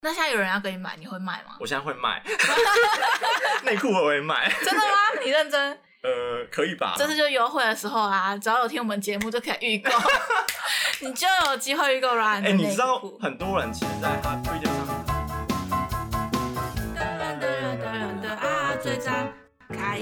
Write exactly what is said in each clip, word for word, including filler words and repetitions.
那现在有人要跟你买，你会卖吗？ 我现在会卖，内裤我会卖。 真的吗？你认真？ 呃，可以吧？ 这次就优惠的时候啊，只要有听我们节目就可以预购，你就有机会预购 Ryan 的内裤。哎， 你知道很多人其实在他推荐上， 的人的人的人的啊，最张开。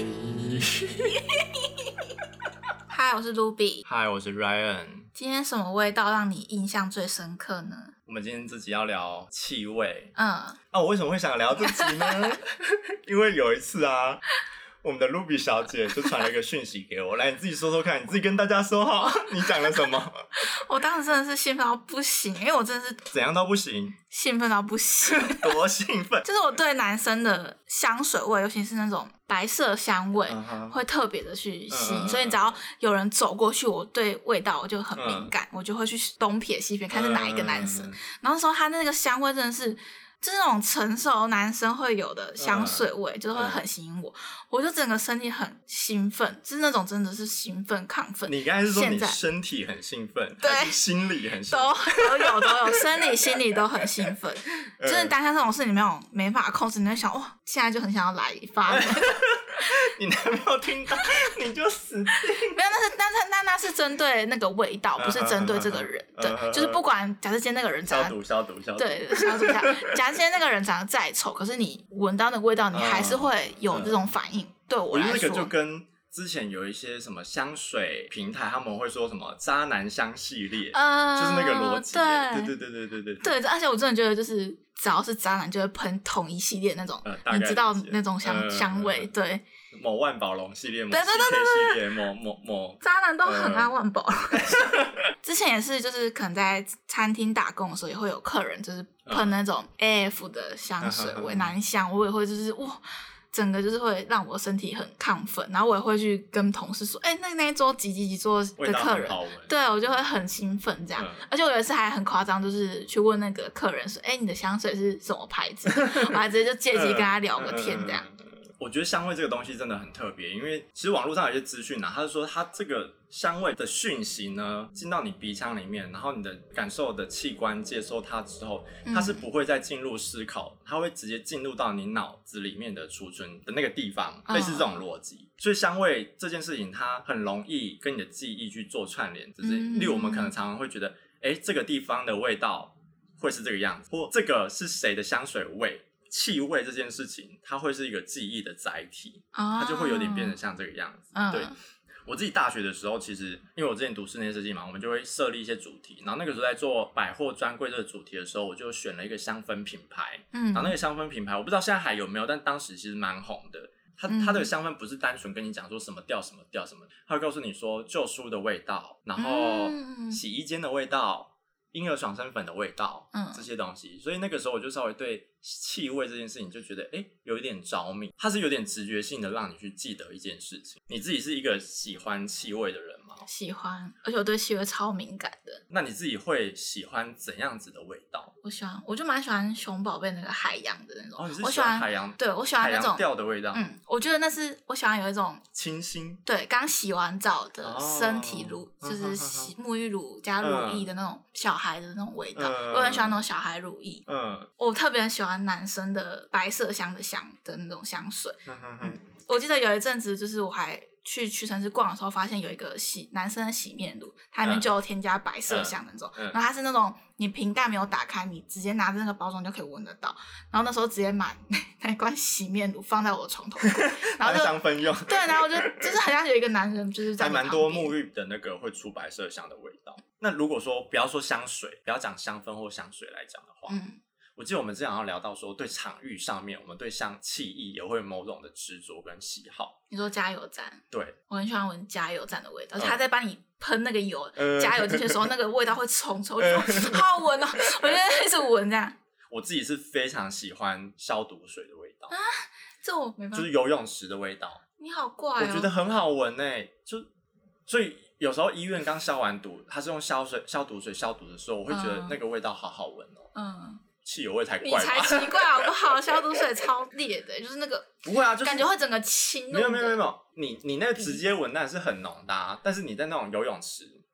嗨，我是 Ruby。 嗨，我是 Ryan。 今天什么味道让你印象最深刻呢？ 我们今天这集要聊气味。 嗯， 啊，我为什么会想聊这集呢？因为有一次啊，我们的 Ruby 小姐就传了一个讯息给我，来，你自己说说看，你自己跟大家说好，你讲了什么？ 我当时真的是兴奋到不行，因为我真的是怎样都不行， 兴奋到不行， 多兴奋！ 就是我对男生的香水味，尤其是那种白色香味， uh-huh. 会特别的去吸引， uh-huh. 所以只要有人走过去，我对味道我就很敏感， uh-huh. 我就会去东瞥西瞥，看是哪一个男生。Uh-huh. 然后那时候他那个香味真的是。就是那种成熟男生会有的香水味，嗯、就是会很吸引我，嗯、我就整个身体很兴奋，就是那种真的是兴奋亢奋。 你刚才是说你身体很兴奋， 对， 还是心理很兴奋？ 都都有都有，生理心理都很兴奋。嗯、就是当下这种事你没有没法控制，你会想哇，现在就很想要来一发。 你还没有听到，你就死定。没有， 那是但是那那是针对那个味道，不是针对这个人。对，就是不管假设今天那个人长得消毒消毒消毒， 对消毒一下。假设今天那个人长得再丑，可是你闻到那个味道，你还是会有这种反应。对我来说， 我觉得那个就跟之前有一些什么香水平台，他们会说什么渣男香系列，呃、就是那个逻辑。对对对对对对对，而且我真的觉得就是只要是渣男就会喷同一系列那种， 呃、 你知道那种香、 呃、 香味，对。 某万宝龙系列，某 C K 系列，某某某渣男都很爱万宝龙。呃、之前也是，就是可能在餐厅打工的时候，也会有客人就是喷那种 A F 的香水味，男香，我也会就是哇。整个就是会让我身体很亢奋，然后我也会去跟同事说，哎、欸，那那一桌几几几桌的客人，对我就会很兴奋这样。嗯、而且我有一次还很夸张，就是去问那个客人说，哎、欸，你的香水是什么牌子？我还直接就借机跟他聊个天这样。 嗯嗯嗯我觉得香味这个东西真的很特别，因为其实网络上有些资讯啊，他就说它这个香味的讯息呢，进到你鼻腔里面，然后你的感受的器官接收它之后，它是不会再进入思考，它会直接进入到你脑子里面的储存的那个地方，类似这种逻辑。哦、所以香味这件事情，它很容易跟你的记忆去做串联，就是例如我们可能常常会觉得，哎，这个地方的味道会是这个样子，或这个是谁的香水味。气味这件事情，它会是一个记忆的载体，它就会有点变成像这个样子。嗯、对，我自己大学的时候，其实因为我之前读室内设计嘛，我们就会设立一些主题。然后那个时候在做百货专柜这个主题的时候，我就选了一个香氛品牌。嗯，然后那个香氛品牌，我不知道现在还有没有，但当时其实蛮红的。它它的香氛不是单纯跟你讲说什么调什么调什么，它会告诉你说旧书的味道，然后洗衣间的味道。婴儿爽身粉的味道，嗯，这些东西，所以那个时候我就稍微对气味这件事情就觉得，哎、欸，有一点着迷。它是有点直觉性的让你去记得一件事情。你自己是一个喜欢气味的人吗？ 喜欢，而且我对气味超敏感的。 那你自己会喜欢怎样子的味道？ 我喜欢，我就蛮喜欢熊宝贝那个海洋的那种。 哦，你是喜欢海洋？ 对，我喜欢那种海洋调的味道。 嗯，我觉得那是我喜欢有一种清新。对， 刚洗完澡的身体乳，哦、就是洗沐浴乳加乳液的那种小孩的那种味道。嗯、我很喜欢那种小孩乳液。嗯，我特别喜欢男生的白色香的香的那种香水。嗯哼哼嗯，我记得有一阵子，就是我还去屈臣氏逛的时候，发现有一个洗男生的洗面乳，它里面就有添加白色香的那种。嗯嗯、然后它是那种你瓶盖没有打开，你直接拿着那个包装就可以闻得到。然后那时候直接买那一罐洗面乳放在我的床头柜，然后就香氛用。对， 然后我就就是很像有一个男人就是在还蛮多沐浴的那个会出白色香的味道。那如果说不要说香水，不要讲香氛或香水来讲的话，嗯，我记得我们之前好像聊到说，对场域上面，我们对香气意也会有某种的执着跟喜好。 你说加油站？ 对， 我很喜欢闻加油站的味道，而且他在帮你喷那个油、呃、加油进去的时候，那个味道会冲出去，呃、好好闻哦！我就一直闻这样。 我自己是非常喜欢消毒水的味道啊，这我没办法， 就是游泳池的味道。 你好怪哦！ 我觉得很好闻诶，就所以。有时候医院刚消完毒，它是用消水消毒水消毒的时候，我会觉得那个味道好好闻哦。嗯，汽油味才怪吧？ 你才奇怪好不好？消毒水超烈的，就是那个不会啊，就是感觉会整个清。 没有没有没有，你你那个直接闻那是很浓的、啊，但是你在那种游泳池，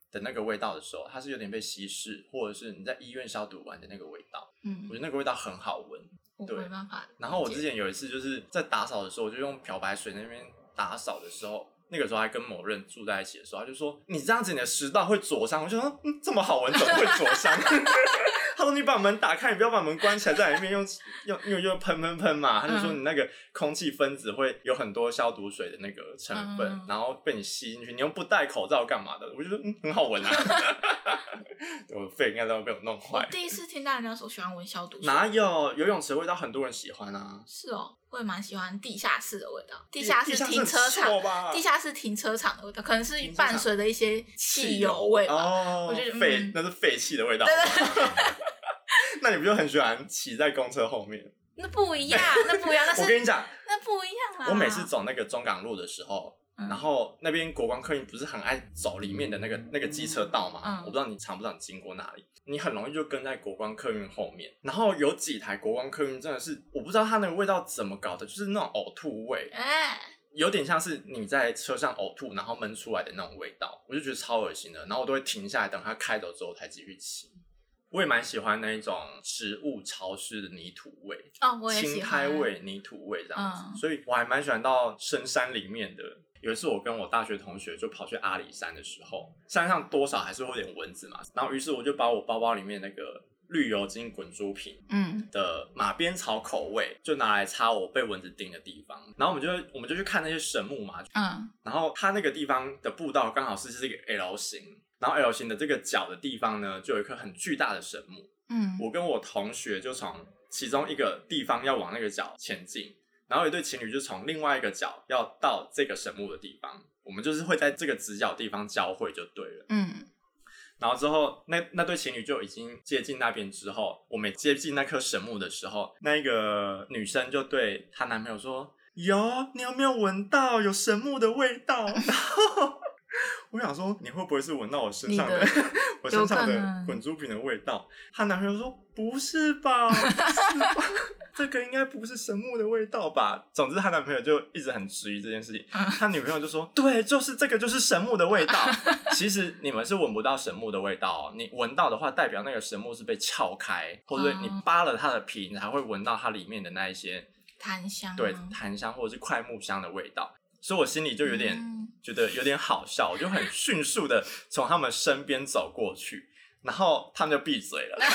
的那个味道的时候，它是有点被稀释，或者是你在医院消毒完的那个味道。嗯，我觉得那个味道很好闻。 我没办法。 然后我之前有一次就是在打扫的时候，我就用漂白水那边打扫的时候。那个时候还跟某人住在一起的时候，他就说你这样子你的食道会灼伤。我就说嗯，这么好闻怎么会灼伤？他说你把门打开，你不要把门关起来，在里面用用用用喷喷喷嘛。他就说你那个空气分子会有很多消毒水的那个成分，嗯、然后被你吸进去，你又不戴口罩干嘛的？我就说嗯，很好闻啊。我的肺应该都被我弄坏。 我第一次听到人家说喜欢闻消毒水。 哪有游泳池的味道很多人喜欢啊？ 是哦。我也蛮喜欢地下室的味道，地下室停车场，地下室停车场的味道，可能是伴随的一些汽油味吧。 哦、我觉得废、嗯、那是废气的味道。 对对对那你不就很喜欢骑在公车后面？ 那不一样，那不一样。那是我跟你讲， 那不一样啊！ 我每次走那个中港路的时候。嗯、然后那边国光客运不是很爱走里面的那个那个机车道嘛、嗯？我不知道你常不常经过那里，你很容易就跟在国光客运后面。然后有几台国光客运真的是，我不知道它那个味道怎么搞的，就是那种呕吐味，欸、有点像是你在车上呕吐然后闷出来的那种味道，我就觉得超恶心的。然后我都会停下来等它开走之后才继续骑。我也蛮喜欢那一种植物潮湿的泥土味， 哦，我也喜欢青苔味、泥土味这样子、嗯，所以我还蛮喜欢到深山里面的。有一次我跟我大学同学就跑去阿里山的时候，山上多少还是会有点蚊子嘛，然后于是我就把我包包里面那个绿油精滚珠瓶的马鞭草口味就拿来擦我被蚊子叮的地方，然后我们就我们就去看那些神木嘛，嗯，然后它那个地方的步道刚好是是一个 L 型，然后 L 型的这个角的地方呢就有一棵很巨大的神木，嗯，我跟我同学就从其中一个地方要往那个角前进，然后有一对情侣就从另外一个角要到这个神木的地方，我们就是会在这个直角地方交汇就对了。嗯，然后之后那那对情侣就已经接近那边之后，我们接近那棵神木的时候，那个女生就对她男朋友说：“有，你有没有闻到有神木的味道？”然后我想说，你会不会是闻到我身上的, 的我身上的滚珠瓶的味道？她男朋友说：“不是吧，不是吧。”这个应该不是神木的味道吧？总之，她男朋友就一直很质疑这件事情。她女朋友就说：“对，就是这个，就是神木的味道。”其实你们是闻不到神木的味道、哦，你闻到的话，代表那个神木是被撬开，或者你扒了它的皮，你才会闻到它里面的那一些檀香， 对，檀香或者是快木香的味道。所以我心里就有点、嗯、觉得有点好笑，我就很迅速的从他们身边走过去，然后他们就闭嘴了。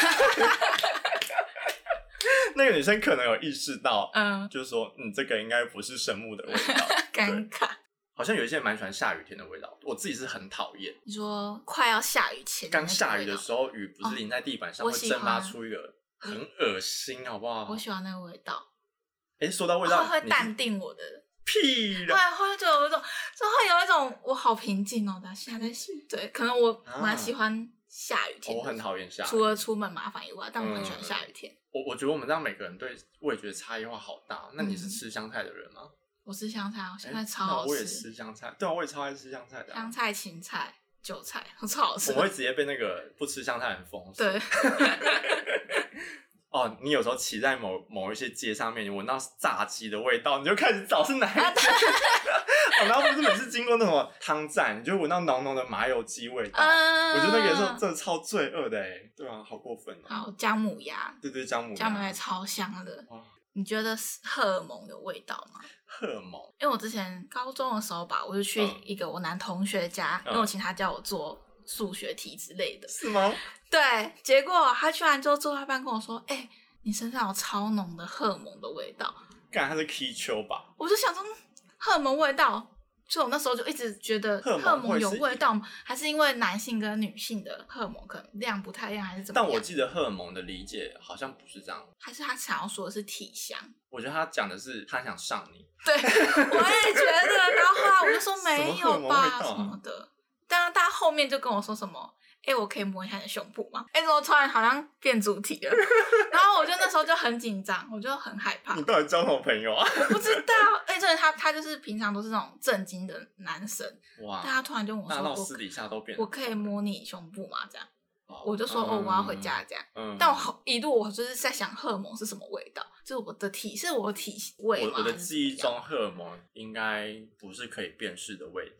那个女生可能有意识到，嗯，就是说，嗯，这个应该不是神木的味道， 尴尬。 好像有一些人蛮喜欢下雨天的味道，我自己是很讨厌。 你说快要下雨前， 刚下雨的时候，雨不是淋在地板上、哦、会蒸发出一个很恶心，好不好？ 我喜欢那个味道。 哎、欸，说到味道， 会会淡定我的屁的， 会会就有一种，就会有一种我好平静哦，等下在对，可能我蛮喜欢下雨天、 啊。我很讨厌下雨， 除了出门麻烦以外，但我很喜欢下雨天。 嗯我我觉得我们这样每个人对味觉差异化好大。那你是吃香菜的人吗？嗯、 我吃香菜，我香菜超好吃。 欸、我也吃香菜，对啊，我也超爱吃香菜的、啊。 香菜、芹菜、韭菜，超好吃。 我会直接被那个不吃香菜很封锁。 对。 哦，你有时候骑在某某一些街上面，你闻到炸鸡的味道，你就开始找是哪一家。哦，然后不是每次经过那种汤站，你就闻到浓浓的麻油鸡味道。嗯、我觉得那个是真的超罪恶的哎，对啊，好过分哦。 好，姜母鸭。 对对，姜母鸭。 姜母鸭超香的。哇，你觉得荷尔蒙的味道吗？ 荷尔蒙？ 因为我之前高中的时候吧，我就去一个我男同学家，嗯、因为我请他教我做数学题之类的。 是吗？对， 结果他居然就坐在班跟我说：“哎、欸，你身上有超浓的荷尔蒙的味道。” 干，他是 K 秋吧？ 我就想说，荷尔蒙味道，所以我那时候就一直觉得荷尔蒙有味道，还是因为男性跟女性的荷尔蒙可能量不太一样，还是怎么样？ 但我记得荷尔蒙的理解好像不是这样， 还是他想要说的是体香？ 我觉得他讲的是他想上你。 对，我也觉得。然后后来我就说没有吧什么的，但他后面就跟我说什么。哎、欸，我可以摸一下你的胸部吗？哎、欸，怎么突然好像变主题了？然后我就那时候就很紧张，我就很害怕。 你到底交什么朋友啊？ 我不知道。哎、欸，真的，他他就是平常都是那种正经的男生，哇！但他突然就跟我说， 那到私底下都变， 我可以摸你胸部吗？这样，哦、我就说、嗯、哦，我要回家这样。嗯。但我一度我就是在想荷尔蒙是什么味道，就是我的体是我的体味吗？ 我我的记忆中荷尔蒙应该不是可以辨识的味道。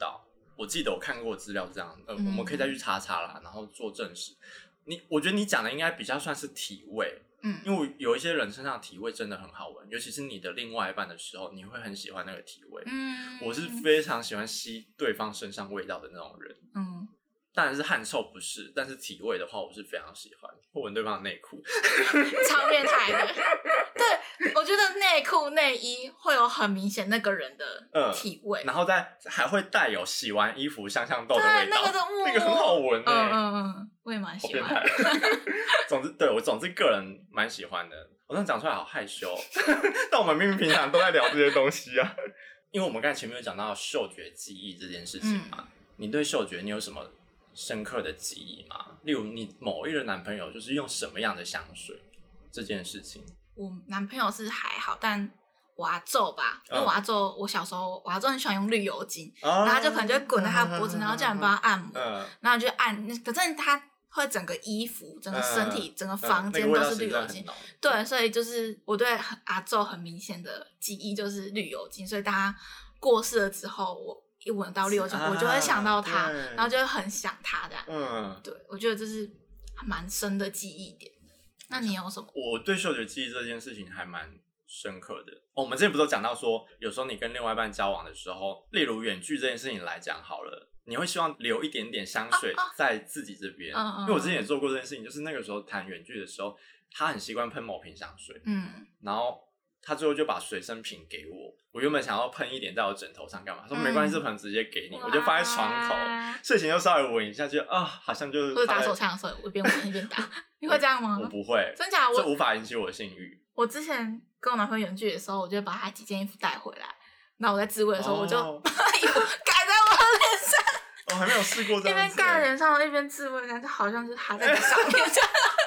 我记得我看过资料是这样，呃，嗯、我们可以再去查查啦，然后做证实。你我觉得你讲的应该比较算是体味，嗯，因为有一些人身上的体味真的很好闻，尤其是你的另外一半的时候，你会很喜欢那个体味。嗯，我是非常喜欢吸对方身上味道的那种人。嗯。当然是汗臭不是，但是体味的话，我是非常喜欢。或闻对方的内裤， 超变态的。对，我觉得内裤、内衣会有很明显那个人的体味， 嗯、然后再还会带有洗完衣服香香豆的味道，那个, 那个很好闻诶、欸。 嗯嗯嗯，我也蛮喜欢。 总之，对我总之个人蛮喜欢的。我这样讲出来好害羞，但我们明明平常都在聊这些东西啊。因为我们刚才前面有讲到嗅觉记忆这件事情嘛，嗯、你对嗅觉你有什么深刻的记忆吗？例如你某一任男朋友就是用什么样的香水这件事情？ 我男朋友是还好，但我阿祖吧，因为我阿祖、嗯、我小时候我阿祖很喜欢用绿油精，哦、然后他就可能就会滚在他的脖子，嗯、然后叫人帮他按摩，嗯、然后就按，可是他会整个衣服、整个身体、嗯、整个房间都是绿油精，嗯那個、对，所以就是我对阿祖很明显的记忆就是绿油精，所以当他过世了之后，我一闻到绿油精，啊、我就会想到他，然后就会很想他这样。嗯，对，我觉得这是蛮深的记忆点。那你有什么？ 我对嗅觉记忆这件事情还蛮深刻的。哦，我们之前不是有讲到说，有时候你跟另外一半交往的时候，例如远距这件事情来讲好了，你会希望留一点点香水在自己这边。啊啊、因为我之前也做过这件事情，就是那个时候谈远距的时候，他很习惯喷某瓶香水，嗯，然后他最后就把随身瓶给我。我原本想要喷一点在我枕头上干嘛？说没关系，这盆直接给你，我就放在床头，睡前就稍微闻一下，就啊，好像就是。 或者打手枪的时候，我一边闻一边打，你会这样吗？ 我不会， 真假？ 这无法引起我的性欲。 我之前跟我男朋友远距的时候，我就把他几件衣服带回来，然后我在自慰的时候，哦、我就把衣服盖在我的脸上。 我、哦、还没有试过这样子。 一边盖在脸上，一边自慰，感觉好像是他在你上面这样。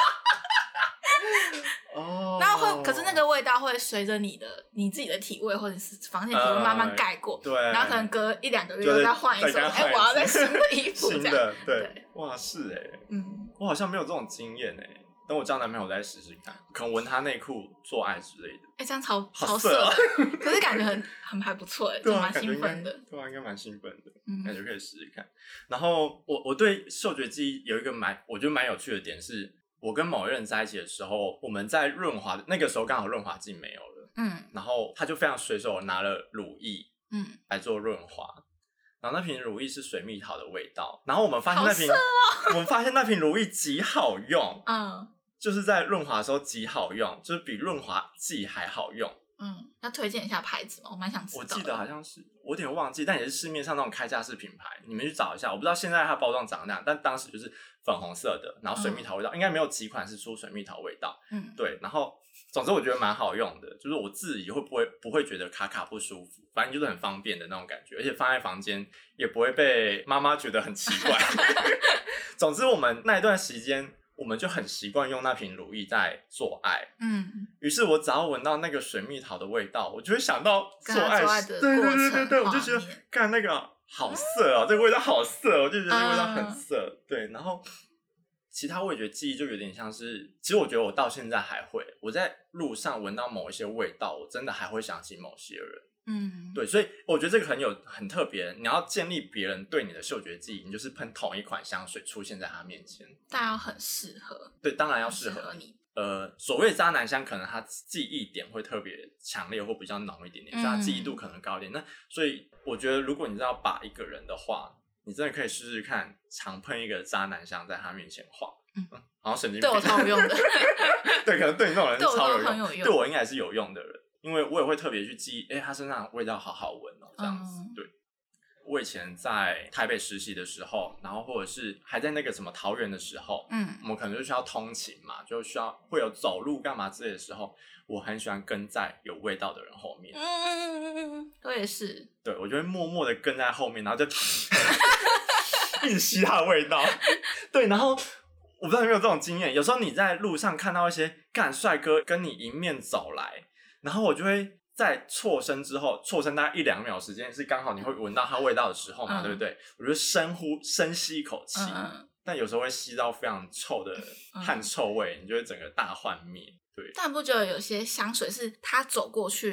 哦，然后会，可是那个味道会随着你的你自己的体味或者是房间体味慢慢盖过， 对， 然后可能隔一两个月又再换一次，哎、欸，我要再新的衣服， 新的，对，对哇，是哎、欸，嗯，我好像没有这种经验哎、欸，等我交男朋友再试试看，可能闻他内裤做爱之类的， 哎、欸，这样超超色、啊，可是感觉很很还不错哎、欸，就蛮兴奋的， 对啊，应该蛮兴奋的，嗯，感觉可以试试看。然后我我对嗅觉记忆有一个蛮我觉得蛮有趣的点是。我跟某一人在一起的时候，我们在润滑那个时候刚好润滑剂没有了，嗯，然后他就非常随手拿了乳液，嗯，来做润滑，然后那瓶乳液是水蜜桃的味道，然后我们发现那瓶， 哦、 我们发现那瓶乳液极好用，嗯，就是在润滑的时候极好用，就是比润滑剂还好用。 嗯，要推荐一下牌子吗？我蛮想知道的。 我记得好像是，我有点忘记，但也是市面上那种开架式品牌，你们去找一下。我不知道现在它包装长那样，但当时就是粉红色的，然后水蜜桃味道，嗯、应该没有几款是出水蜜桃味道。嗯，对。然后，总之我觉得蛮好用的，就是我自己会不会不会觉得卡卡不舒服，反正就是很方便的那种感觉，而且放在房间也不会被妈妈觉得很奇怪。总之，我们那一段时间。我们就很习惯用那瓶乳液在做爱，嗯，于是我只要闻到那个水蜜桃的味道，我就会想到做爱， 做爱的过程，对对对对，我就觉得，看那个好色哦，这个味道好色，我就觉得这个味道很色，嗯、对。然后其他味觉记忆就有点像是，其实我觉得我到现在还会，我在路上闻到某一些味道，我真的还会想起某些人。嗯，对，所以我觉得这个很有很特别。你要建立别人对你的嗅觉记忆，你就是喷同一款香水出现在他面前， 但要很适合。 对，当然要适合你。呃，所谓的渣男香，可能它记忆点会特别强烈或比较浓一点点，嗯、所以它记忆度可能高一点。那所以我觉得，如果你知道把一个人的话，你真的可以试试看，常喷一个渣男香在他面前晃。嗯，好像神经病。 对我超有用的。 对，可能对你这种人是超有用， 有用对我应该也是有用的人。因为我也会特别去记忆，哎、欸，他身上的味道好好闻哦，这样子。嗯、对，我以前在台北实习的时候，然后或者是还在那个什么桃园的时候，嗯，我们可能就需要通勤嘛，就需要会有走路干嘛之类的时候，我很喜欢跟在有味道的人后面。 嗯嗯嗯嗯，我也是。 对，我就会默默的跟在后面，然后就一直吸他的味道。对，然后我不知道有没有这种经验，有时候你在路上看到一些干帅哥跟你迎面走来。然后我就会在错身之后，错身大概一两秒时间，是刚好你会闻到它味道的时候嘛，嗯、对不对？我就深呼深吸一口气，嗯、但有时候会吸到非常臭的汗臭味，嗯、你就会整个大幻灭。对， 但不觉得有些香水是他走过去，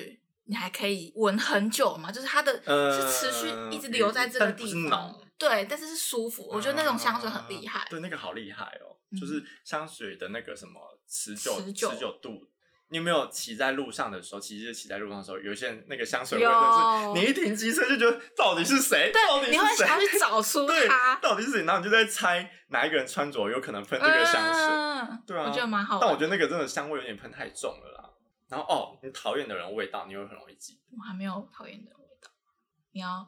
你还可以闻很久嘛，就是它的是持续一直留在这个地方，嗯、对，但是是舒服，我觉得那种香水很厉害。 对，那个好厉害哦，嗯、就是香水的那个什么持久持久度。你有没有骑在路上的时候，骑机车骑在路上的时候，有些人那个香水味就是你一停机车就觉得到底是谁？ 对， 到底是谁？ 你会想要去找出他， 到底是谁？然后你就在猜哪一个人穿着有可能喷这个香水，嗯、对啊， 我觉得蛮好玩。 但我觉得那个真的香味有点喷太重了啦。然后哦，你讨厌的人味道，你会很容易记得。 我还没有讨厌的人味道，你要，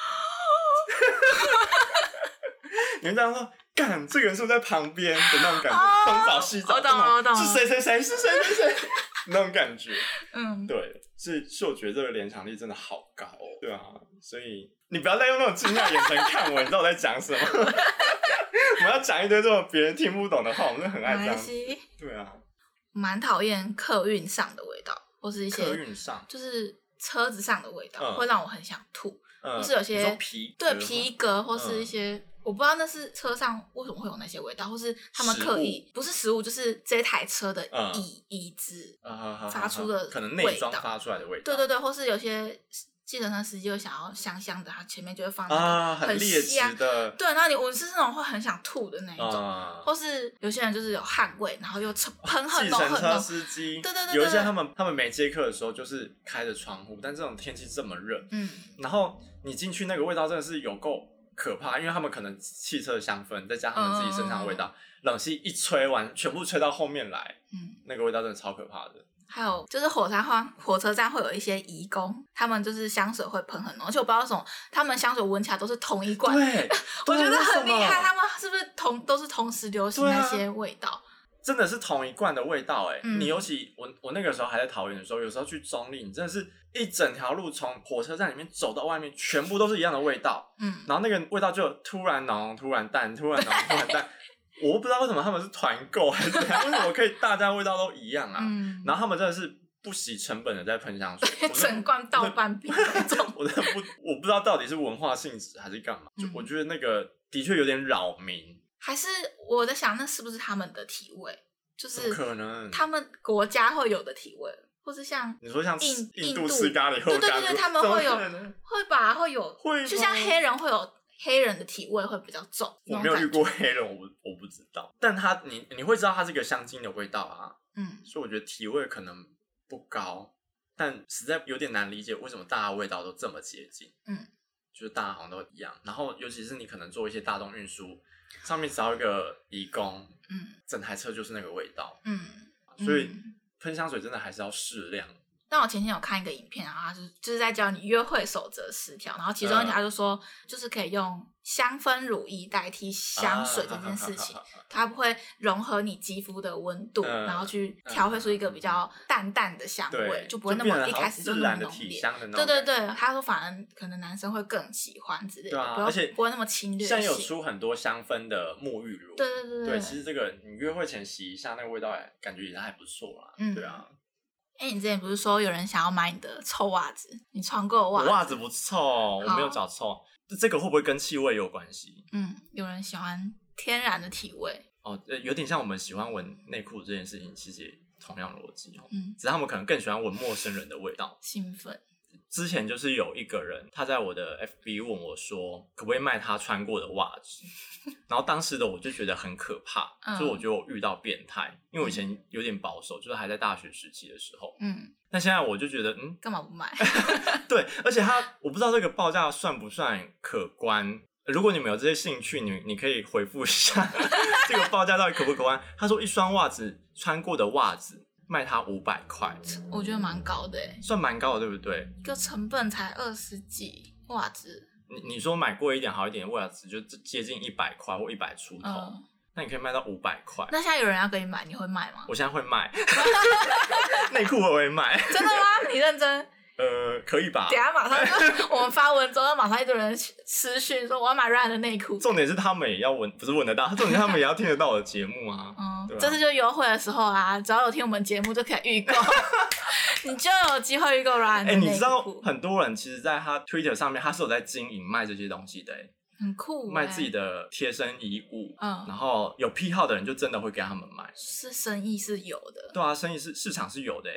你会这样说。干，这个人是不是在旁边的那种感觉？东找西找， 我懂了，我懂了， 是谁谁谁是谁谁谁那种感觉。 嗯， 对，所以嗅觉这个联想力真的好高哦。对啊，所以你不要再用那种惊讶眼神看我，你知道我在讲什么？我们要讲一堆这种别人听不懂的话，我们就很爱这样。对啊， 蛮讨厌客运上的味道，或是一些客运上就是车子上的味道， 嗯、 会让我很想吐。 嗯、 或是有些皮对皮革或是一些。嗯我不知道那是车上为什么会有那些味道，或是他们刻意不是食物，就是这台车的椅、嗯、椅子发出的味道， 可能内装发出来的味道。 对对对，或是有些计程车司机会想要香香的，他前面就会放那个、 啊、很劣香的， 对，然后你闻是那种会很想吐的那一种， 啊、 或是有些人就是有汗味，然后又喷很浓很浓。 计程车司机， 对对 对, 对，有一些他们他们没接客的时候就是开着窗户，但这种天气这么热， 嗯， 然后你进去那个味道真的是有够可怕，因为他们可能汽车的香氛再加他们自己身上的味道，嗯、冷气一吹完，全部吹到后面来，嗯，那个味道真的超可怕的。 还有就是火车站，火车站会有一些移工，他们就是香水会喷很浓，而且我不知道为什么，他们香水闻起来都是同一罐， 对， 我觉得很厉害，他们是不是同都是同时流行那些味道？ 真的是同一罐的味道哎、欸嗯！你尤其我我那个时候还在桃园的时候，有时候去中立，你真的是一整条路从火车站里面走到外面，全部都是一样的味道。嗯，然后那个味道就突然浓、突然淡、突然浓、突然淡。我不知道为什么他们是团购还是怎样，为什么可以大家味道都一样啊？嗯，然后他们真的是不惜成本的在喷香水， 整罐倒半瓶那种。 我真的不，我不知道到底是文化性质还是干嘛。就我觉得那个的确有点扰民。 还是我在想，那是不是他们的体味？就是可能他们国家会有的体味，或是像你说像印印度吃咖喱后， 对对对对，他们会有会吧，会有， 会就像黑人会有黑人的体味会比较重。 我没有遇过黑人，我不我不知道，但他你你会知道它是个香精的味道啊，嗯，所以我觉得体味可能不高，但实在有点难理解为什么大家味道都这么接近，嗯，就是大家好像都一样，然后尤其是你可能做一些大众运输。上面只要一个移工，嗯，整台车就是那个味道，嗯，所以喷香水真的还是要适量。 但我前天有看一个影片，然后他就是就是在教你约会守则十条，然后其中一条他就说，呃、就是可以用香氛乳液代替香水这件事情，啊、它不会融合你肌肤的温度，呃、然后去调配出一个比较淡淡的香味，就不会那么一开始就那么浓烈。对对对，他说反而可能男生会更喜欢之类的， 啊、而且不会那么侵略性。 现在有出很多香氛的沐浴乳， 对对对 对, 对，其实这个你约会前洗一下，那个味道感觉也还不错啦，嗯，对啊。 哎、欸，你之前不是说有人想要买你的臭袜子？你穿过的袜子？ 我袜子不臭，我没有找臭。这个会不会跟气味有关系？ 嗯，有人喜欢天然的体味。 哦，有点像我们喜欢闻内裤这件事情，其实也同样逻辑哦。嗯，只是他们可能更喜欢闻陌生人的味道， 兴奋。 之前就是有一个人，他在我的 F B 问我说，可不可以卖他穿过的袜子？然后当时的我就觉得很可怕，嗯、所以我觉得我遇到变态，因为我以前有点保守，就是还在大学时期的时候。嗯，但现在我就觉得，嗯， 干嘛不卖？ 对，而且他我不知道这个报价算不算可观。如果你们有这些兴趣，你你可以回复一下这个报价到底可不可观。他说一双袜子穿过的袜子。卖他五百块， 我觉得蛮高的诶， 算蛮高的，对不对？ 一个成本才二十几，袜子。 你你说买贵一点、好一点的袜子，就接近一百块或一百出头，嗯、那你可以卖到五百块。 那现在有人要跟你买，你会卖吗？ 我现在会卖，内裤我会卖。 真的吗？你认真？ 呃，可以吧？ 等一下马上我们发文之后，马上一堆人私讯说我要买 Ryan 的内裤。 重点是他们也要闻，不是闻得到，重点是他们也要听得到我的节目啊。 嗯，啊、这次就优惠的时候啊，只要有听我们节目就可以预购，你就有机会预购 Ryan 的内裤。哎、欸，你知道很多人其实在他 Twitter 上面，他是有在经营卖这些东西的、欸， 很酷、欸， 卖自己的贴身衣物，嗯，然后有癖好的人就真的会给他们买， 是生意是有的。 对啊，生意是市场是有的、欸。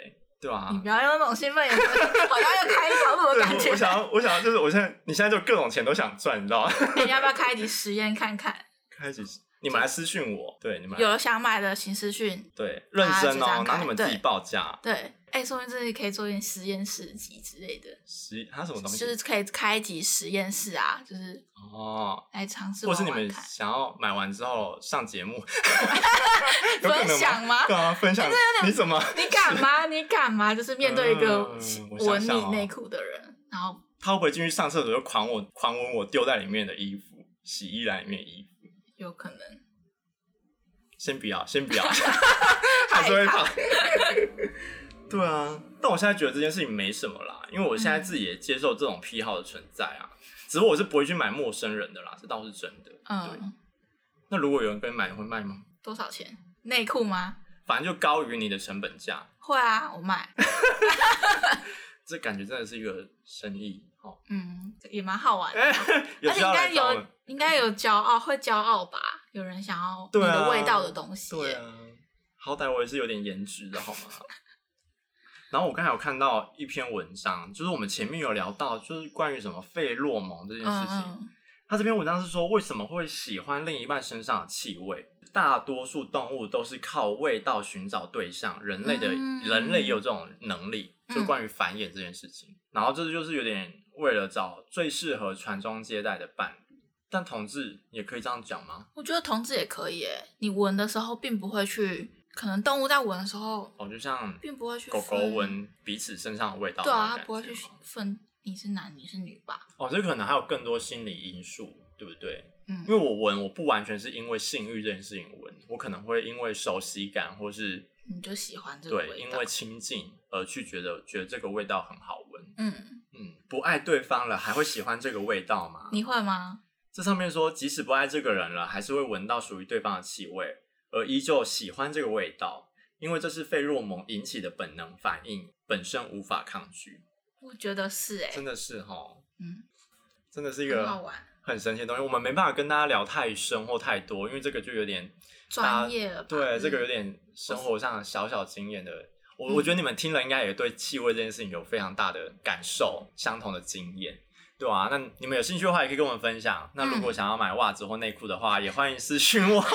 对啊， 你不要用那种兴奋眼神，好像要开一条路的感觉。 我想要，我想要，就是我现在，你现在就各种钱都想赚，你知道吗？ 你要不要开一集实验看看？ 开一集，你们来私讯我，对，你们有想买的请私讯， 对，认真哦，然后你们自己报价， 对，哎、欸，说明自己可以做一点实验室集之类的。 实，它什么东西？ 就是可以开一集实验室啊，就是哦， 来尝试， 或是你们想要买完之后上节目分享吗？ 对啊，分享。你怎么？ 你敢吗？你敢吗？就是面对一个闻你内裤的人，嗯哦、然后他会不会进去上厕所就狂我狂闻我丢在里面的衣服，洗衣篮里面的衣服？ 有可能。 先不要，先不要，还是会怕。对啊，但我现在觉得这件事情没什么啦，因为我现在自己也接受这种癖好的存在啊。嗯、只是我是不会去买陌生人的啦，这倒是真的。嗯，对。那如果有人跟你买，你会卖吗？ 多少钱？内裤吗？ 反正就高于你的成本价。 会啊，我卖。 这感觉真的是一个生意哦。 嗯，也蛮好玩的。 有而且应该有，应该有骄傲，会骄傲吧？有人想要你的味道的东西。 对啊，好歹我也是有点颜值的好吗？然后我刚才有看到一篇文章，就是我们前面有聊到，就是关于什么费洛蒙这件事情。嗯嗯，他这篇文章是说，为什么会喜欢另一半身上的气味？大多数动物都是靠味道寻找对象，人类的、嗯、人类也有这种能力，就关于繁衍这件事情。嗯、然后这就是有点为了找最适合传宗接代的伴侣。但同志也可以这样讲吗？ 我觉得同志也可以耶，你闻的时候并不会去。可能动物在闻的时候， 哦，就像并不会去狗狗闻彼此身上的味道， 对啊，它不会去分你是男你是女吧？ 哦，这可能还有更多心理因素，对不对？嗯，因为我闻，我不完全是因为性欲这件事情闻，我可能会因为熟悉感，或是你就喜欢这个味道， 对，因为亲近而去觉得觉得这个味道很好闻。 嗯嗯，不爱对方了，还会喜欢这个味道吗？ 你会吗？ 这上面说，即使不爱这个人了，还是会闻到属于对方的气味，而依旧喜欢这个味道。因为这是费洛蒙引起的本能反应，本身无法抗拒。 我觉得是哎、欸， 真的是齁， 嗯， 真的是一个很神奇的东西。我们没办法跟大家聊太深或太多，因为这个就有点专业了吧。 对，嗯、这个有点生活上小小经验的。我、嗯、我觉得你们听了应该也对气味这件事情有非常大的感受，相同的经验。对啊，那你们有兴趣的话也可以跟我们分享。那如果想要买袜子或内裤的话，嗯、也欢迎私讯我。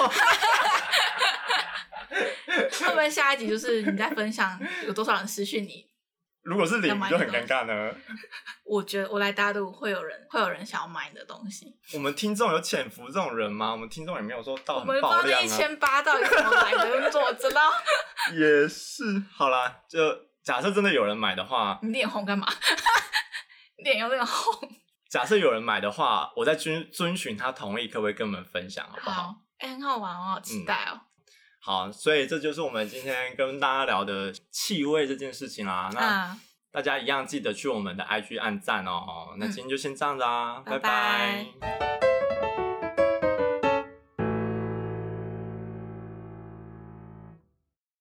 会不会下一集就是你在分享有多少人私讯你？ 如果是零就很尴尬呢。 我觉得我来大陆会有人会有人想要买你的东西。 我们听众有潜伏这种人吗？我们听众也没有说到很爆量啊。 我们不知道那一千八到底怎么来的，你怎么知道？ 也是，好啦，就假设真的有人买的话， 你脸红干嘛？脸有点红。 假设有人买的话，我再遵遵循他同意，可不可以跟我们分享，好不好？ 哎、欸，很好玩哦，好期待哦。嗯， 好，所以这就是我们今天跟大家聊的气味这件事情啦。那大家一样记得去我们的 I G 按赞哦。那今天就先这样子啊，嗯、拜拜。拜拜。